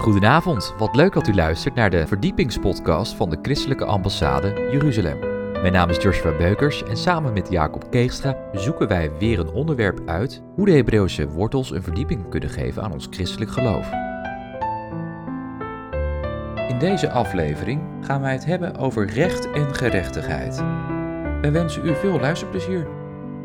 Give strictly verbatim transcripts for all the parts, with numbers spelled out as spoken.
Goedenavond, wat leuk dat u luistert naar de verdiepingspodcast van de Christelijke Ambassade Jeruzalem. Mijn naam is Joshua Beukers en samen met Jacob Keegstra zoeken wij weer een onderwerp uit hoe de Hebreeuwse wortels een verdieping kunnen geven aan ons christelijk geloof. In deze aflevering gaan wij het hebben over recht en gerechtigheid. Wij wensen u veel luisterplezier.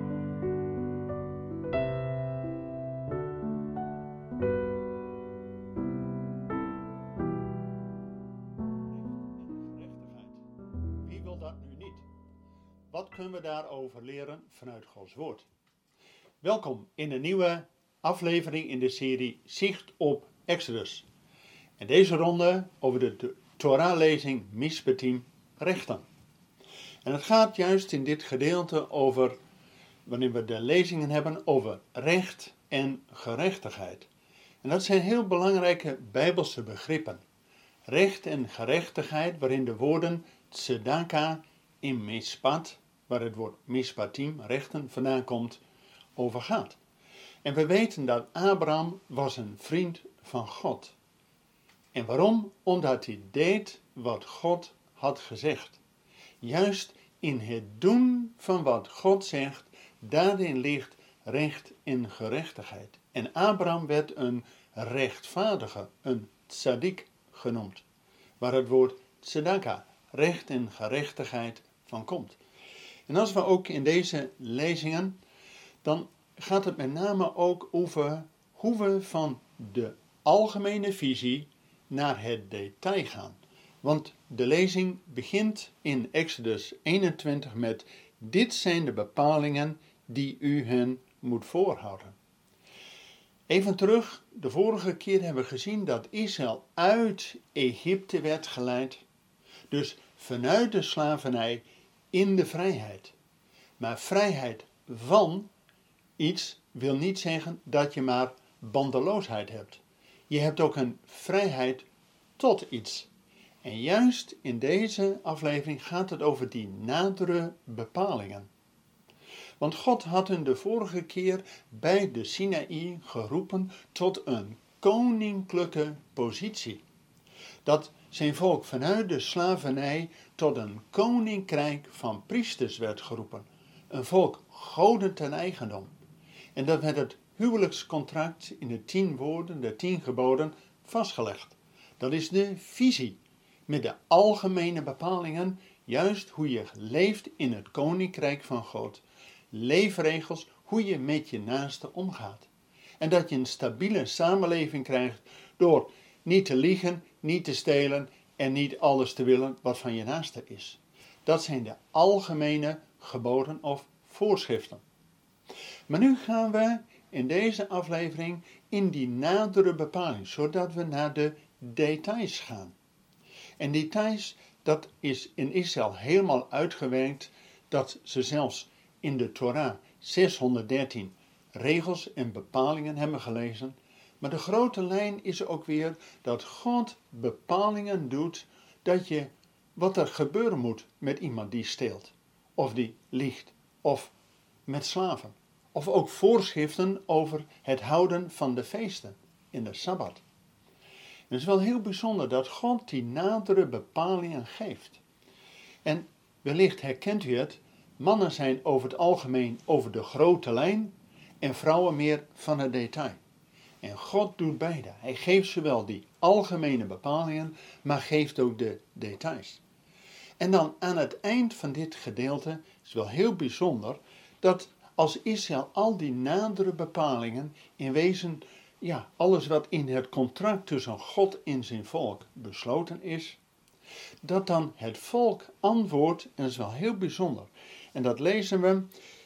Wie wil dat nu niet? Wat kunnen we daarover leren vanuit Gods woord? Welkom in een nieuwe aflevering in de serie Zicht op Exodus. En deze ronde over de Torah-lezing Mishpatim, rechten. En het gaat juist in dit gedeelte over, wanneer we de lezingen hebben, over recht en gerechtigheid. En dat zijn heel belangrijke Bijbelse begrippen. Recht en gerechtigheid, waarin de woorden tzedaka in mishpat, waar het woord mishpatim, rechten, vandaan komt, over gaat. En we weten dat Abraham was een vriend van God. En waarom? Omdat hij deed wat God had gezegd. Juist in het doen van wat God zegt, daarin ligt recht en gerechtigheid. En Abraham werd een rechtvaardige, een tzaddik genoemd, waar het woord tzedaka, recht en gerechtigheid, van komt. En als we ook in deze lezingen, dan gaat het met name ook over hoe we van de algemene visie naar het detail gaan. Want de lezing begint in Exodus eenentwintig met: dit zijn de bepalingen die u hen moet voorhouden. Even terug, de vorige keer hebben we gezien dat Israël uit Egypte werd geleid. Dus vanuit de slavernij in de vrijheid. Maar vrijheid van iets wil niet zeggen dat je maar bandeloosheid hebt. Je hebt ook een vrijheid tot iets. En juist in deze aflevering gaat het over die nadere bepalingen. Want God had hen de vorige keer bij de Sinaï geroepen tot een koninklijke positie. Dat zijn volk vanuit de slavernij tot een koninkrijk van priesters werd geroepen. Een volk goden ten eigendom. En dat werd het huwelijkscontract in de tien woorden, de tien geboden, vastgelegd. Dat is de visie, met de algemene bepalingen, juist hoe je leeft in het koninkrijk van God. Leefregels, hoe je met je naaste omgaat. En dat je een stabiele samenleving krijgt door niet te liegen, niet te stelen en niet alles te willen wat van je naaste is. Dat zijn de algemene geboden of voorschriften. Maar nu gaan we in deze aflevering in die nadere bepaling, zodat we naar de details gaan. En details, dat is in Israël helemaal uitgewerkt, dat ze zelfs in de Torah zeshonderddertien regels en bepalingen hebben gelezen. Maar de grote lijn is ook weer dat God bepalingen doet dat je wat er gebeuren moet met iemand die steelt, of die liegt, of met slaven. Of ook voorschriften over het houden van de feesten in de Sabbat. En het is wel heel bijzonder dat God die nadere bepalingen geeft. En wellicht herkent u het, mannen zijn over het algemeen over de grote lijn en vrouwen meer van het detail. En God doet beide. Hij geeft zowel die algemene bepalingen, maar geeft ook de details. En dan aan het eind van dit gedeelte is wel heel bijzonder dat als Israël al die nadere bepalingen, in wezen, ja, alles wat in het contract tussen God en zijn volk besloten is, dat dan het volk antwoordt, en dat is wel heel bijzonder. En dat lezen we,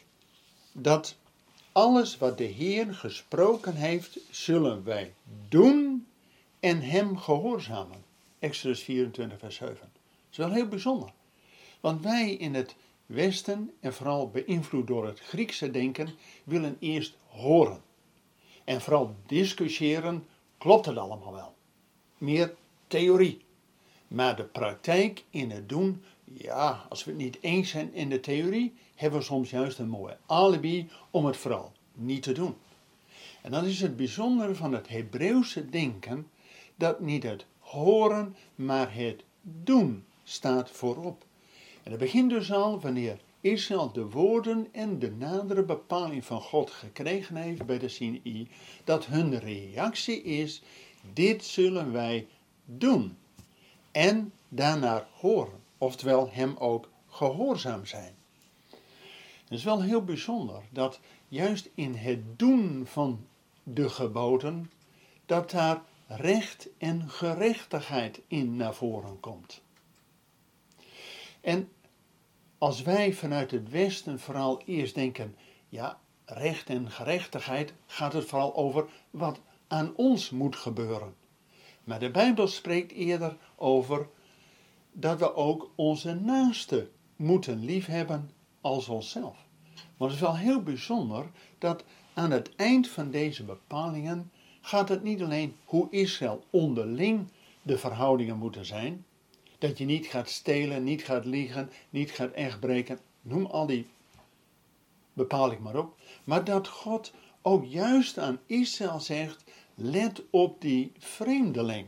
dat alles wat de Heer gesproken heeft, zullen wij doen en hem gehoorzamen. Exodus vierentwintig vers zeven. Dat is wel heel bijzonder. Want wij in het Westen, en vooral beïnvloed door het Griekse denken, willen eerst horen. En vooral discussiëren, klopt het allemaal wel? Meer theorie. Maar de praktijk in het doen, ja, als we het niet eens zijn in de theorie, hebben we soms juist een mooi alibi om het vooral niet te doen. En dan is het bijzondere van het Hebreeuwse denken, dat niet het horen, maar het doen staat voorop. En dat begint dus al wanneer Israël de woorden en de nadere bepaling van God gekregen heeft bij de Sinaï, dat hun reactie is, dit zullen wij doen. En daarnaar horen, oftewel hem ook gehoorzaam zijn. Het is wel heel bijzonder dat juist in het doen van de geboden, dat daar recht en gerechtigheid in naar voren komt. En als wij vanuit het Westen vooral eerst denken, ja, recht en gerechtigheid, gaat het vooral over wat aan ons moet gebeuren. Maar de Bijbel spreekt eerder over dat we ook onze naaste moeten liefhebben als onszelf. Want het is wel heel bijzonder dat aan het eind van deze bepalingen gaat het niet alleen hoe Israël onderling de verhoudingen moeten zijn. Dat je niet gaat stelen, niet gaat liegen, niet gaat echtbreken. Noem al die bepalingen maar op. Maar dat God ook juist aan Israël zegt, let op die vreemdeling.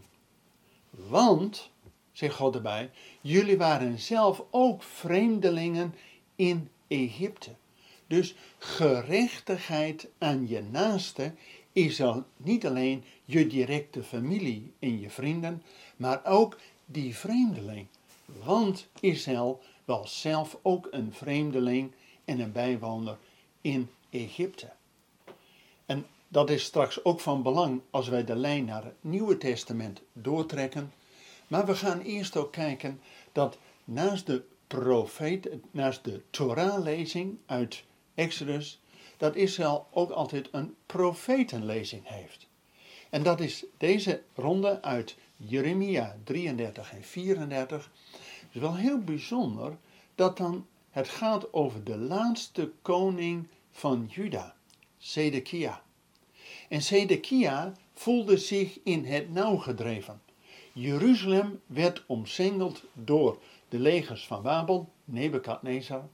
Want, zegt God erbij, jullie waren zelf ook vreemdelingen in Egypte. Dus gerechtigheid aan je naaste is al niet alleen je directe familie en je vrienden, maar ook die vreemdeling. Want Israël was zelf ook een vreemdeling en een bijwoner in Egypte. En dat is straks ook van belang als wij de lijn naar het Nieuwe Testament doortrekken. Maar we gaan eerst ook kijken dat naast de profeet, naast de Torah-lezing uit Exodus, dat Israël ook altijd een profetenlezing heeft. En dat is deze ronde uit Jeremia drieëndertig en vierendertig. Het is wel heel bijzonder dat dan het gaat over de laatste koning van Juda, Zedekia. En Zedekia voelde zich in het nauw gedreven. Jeruzalem werd omsingeld door de legers van Babel, Nebukadnezar.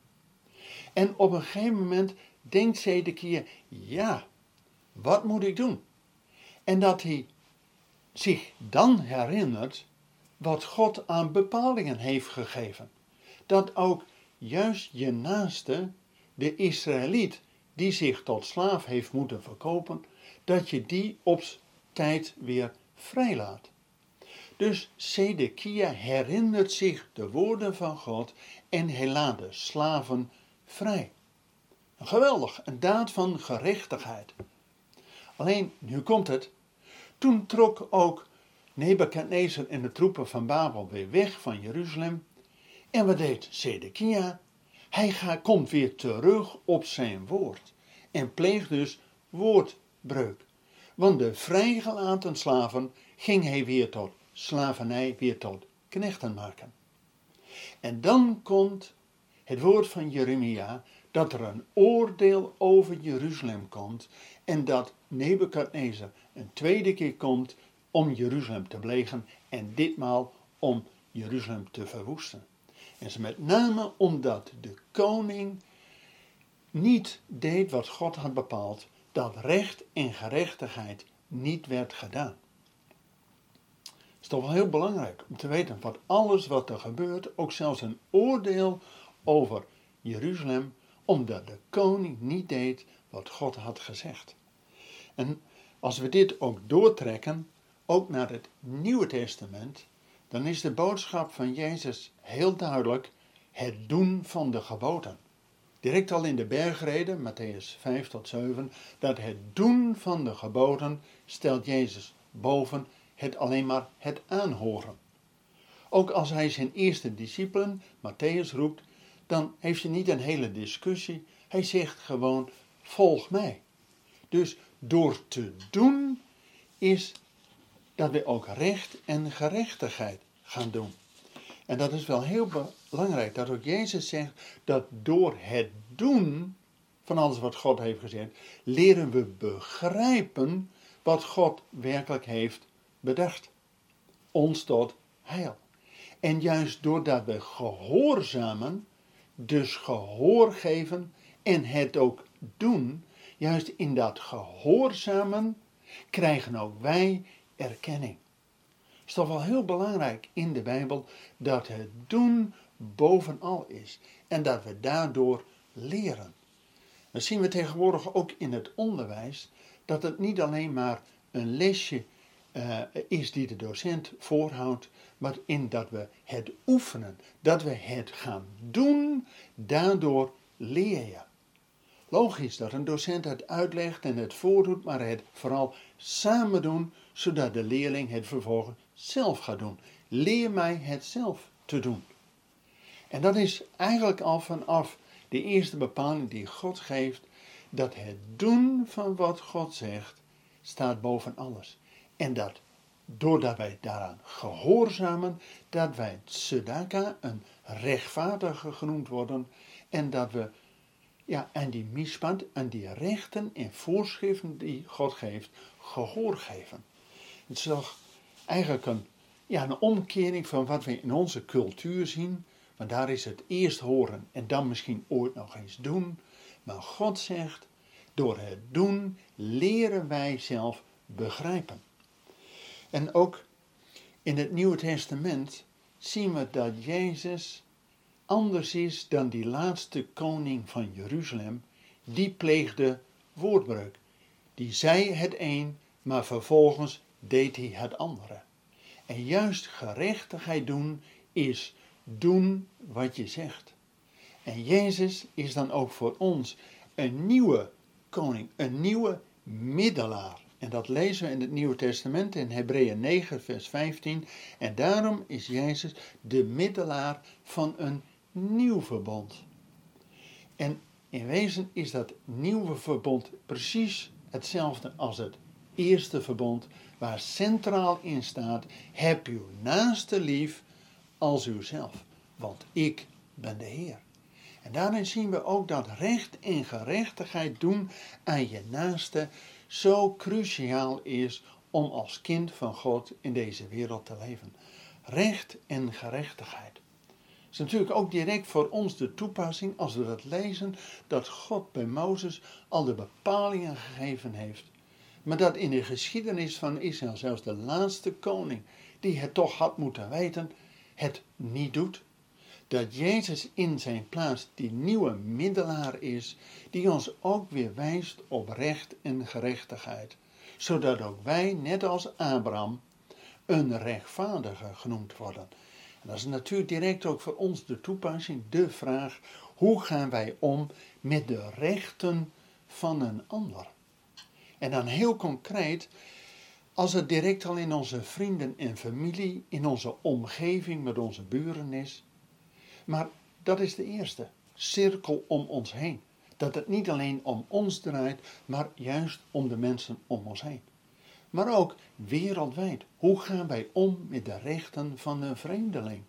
En op een gegeven moment denkt Zedekia, ja, wat moet ik doen? En dat hij zich dan herinnert wat God aan bepalingen heeft gegeven. Dat ook juist je naaste, de Israëliet, die zich tot slaaf heeft moeten verkopen, dat je die op tijd weer vrijlaat. Dus Zedekia herinnert zich de woorden van God en hij laat de slaven vrij. Geweldig, een daad van gerechtigheid. Alleen, nu komt het. Toen trok ook Nebukadnezar en de troepen van Babel weer weg van Jeruzalem. En wat deed Zedekia? Hij gaat, komt weer terug op zijn woord. En pleegt dus woordbreuk. Want de vrijgelaten slaven ging hij weer tot slavernij, weer tot knechten maken. En dan komt het woord van Jeremia dat er een oordeel over Jeruzalem komt en dat Nebukadnezar een tweede keer komt om Jeruzalem te belegen en ditmaal om Jeruzalem te verwoesten. En ze met name omdat de koning niet deed wat God had bepaald, dat recht en gerechtigheid niet werd gedaan. Het is toch wel heel belangrijk om te weten wat alles wat er gebeurt, ook zelfs een oordeel over Jeruzalem, omdat de koning niet deed wat God had gezegd. En als we dit ook doortrekken, ook naar het Nieuwe Testament, dan is de boodschap van Jezus heel duidelijk het doen van de geboden. Direct al in de bergreden, Matthäus vijf tot zeven, dat het doen van de geboden stelt Jezus boven het alleen maar het aanhoren. Ook als hij zijn eerste discipelen, Matthäus, roept, dan heeft hij niet een hele discussie. Hij zegt gewoon, volg mij. Dus door te doen is dat we ook recht en gerechtigheid gaan doen. En dat is wel heel belangrijk, dat ook Jezus zegt dat door het doen van alles wat God heeft gezegd, leren we begrijpen wat God werkelijk heeft bedacht. Ons tot heil. En juist doordat we gehoorzamen, dus gehoor geven en het ook doen, juist in dat gehoorzamen krijgen ook wij erkenning. is toch wel heel belangrijk in de Bijbel dat het doen bovenal is. En dat we daardoor leren. Dan zien we tegenwoordig ook in het onderwijs dat het niet alleen maar een lesje uh, is die de docent voorhoudt, maar in dat we het oefenen, dat we het gaan doen, daardoor leer je. Logisch dat een docent het uitlegt en het voordoet, maar het vooral samen doen, zodat de leerling het vervolgens zelf gaat doen. Leer mij het zelf te doen. En dat is eigenlijk al vanaf de eerste bepaling die God geeft, dat het doen van wat God zegt, staat boven alles. En dat doordat wij daaraan gehoorzamen, dat wij tzedaka, een rechtvaardige genoemd worden, en dat we ja, aan die mishpat, aan die rechten en voorschriften die God geeft, gehoor geven. Het is toch eigenlijk een, ja, een omkering van wat we in onze cultuur zien, want daar is het eerst horen en dan misschien ooit nog eens doen. Maar God zegt, door het doen leren wij zelf begrijpen. En ook in het Nieuwe Testament zien we dat Jezus anders is dan die laatste koning van Jeruzalem, die pleegde woordbreuk. Die zei het een, maar vervolgens deed hij het andere. En juist gerechtigheid doen is doen wat je zegt. En Jezus is dan ook voor ons een nieuwe koning, een nieuwe middelaar. En dat lezen we in het Nieuwe Testament in Hebreeën negen vers vijftien. En daarom is Jezus de middelaar van een nieuw verbond. En in wezen is dat nieuwe verbond precies hetzelfde als het eerste verbond, waar centraal in staat: heb uw naaste lief als uzelf, want ik ben de Heer. En daarin zien we ook dat recht en gerechtigheid doen aan je naaste zo cruciaal is om als kind van God in deze wereld te leven. Recht en gerechtigheid. Het is natuurlijk ook direct voor ons de toepassing als we dat lezen, dat God bij Mozes al de bepalingen gegeven heeft. Maar dat in de geschiedenis van Israël zelfs de laatste koning, die het toch had moeten weten, het niet doet. Dat Jezus in zijn plaats die nieuwe middelaar is, die ons ook weer wijst op recht en gerechtigheid. Zodat ook wij, net als Abraham, een rechtvaardige genoemd worden. En dat is natuurlijk direct ook voor ons de toepassing, de vraag: hoe gaan wij om met de rechten van een ander? En dan heel concreet, als het direct al in onze vrienden en familie, in onze omgeving met onze buren is. Maar dat is de eerste cirkel om ons heen. Dat het niet alleen om ons draait, maar juist om de mensen om ons heen. Maar ook wereldwijd. Hoe gaan wij om met de rechten van een vreemdeling?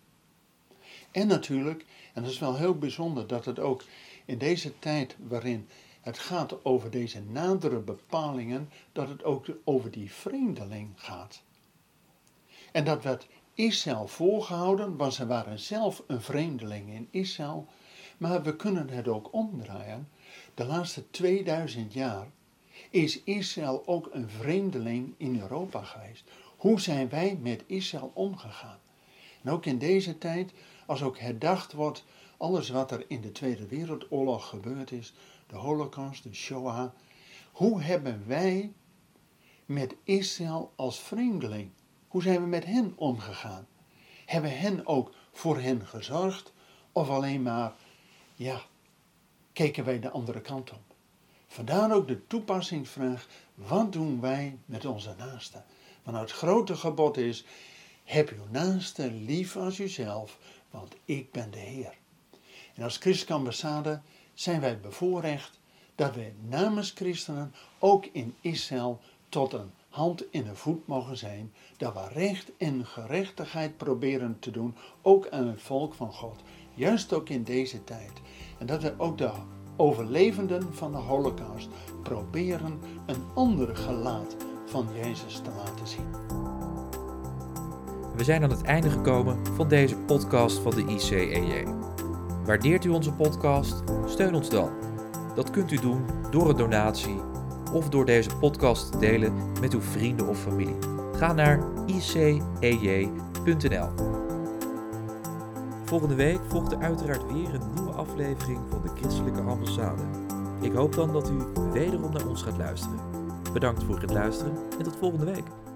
En natuurlijk, en dat is wel heel bijzonder, dat het ook in deze tijd waarin het gaat over deze nadere bepalingen, dat het ook over die vreemdeling gaat. En dat werd Israël voorgehouden, want ze waren zelf een vreemdeling in Israël. Maar we kunnen het ook omdraaien. De laatste tweeduizend jaar is Israël ook een vreemdeling in Europa geweest. Hoe zijn wij met Israël omgegaan? En ook in deze tijd, als ook herdacht wordt alles wat er in de Tweede Wereldoorlog gebeurd is, de Holocaust, de Shoah. Hoe hebben wij met Israël als vreemdeling, hoe zijn we met hen omgegaan? Hebben we hen ook voor hen gezorgd? Of alleen maar, ja, keken wij de andere kant op? Vandaar ook de toepassingsvraag: wat doen wij met onze naasten? Want het grote gebod is: heb uw naaste lief als uzelf, want ik ben de Heer. En als christelijke ambassade zijn wij bevoorrecht dat wij namens christenen ook in Israël tot een hand en een voet mogen zijn, dat we recht en gerechtigheid proberen te doen, ook aan het volk van God, juist ook in deze tijd. En dat we ook de overlevenden van de Holocaust proberen een ander gelaat van Jezus te laten zien. We zijn aan het einde gekomen van deze podcast van de I C E J. Waardeert u onze podcast? Steun ons dan. Dat kunt u doen door een donatie of door deze podcast te delen met uw vrienden of familie. Ga naar i c e j punt n l. Volgende week volgt er uiteraard weer een nieuwe aflevering van de Christelijke Ambassade. Ik hoop dan dat u wederom naar ons gaat luisteren. Bedankt voor het luisteren en tot volgende week.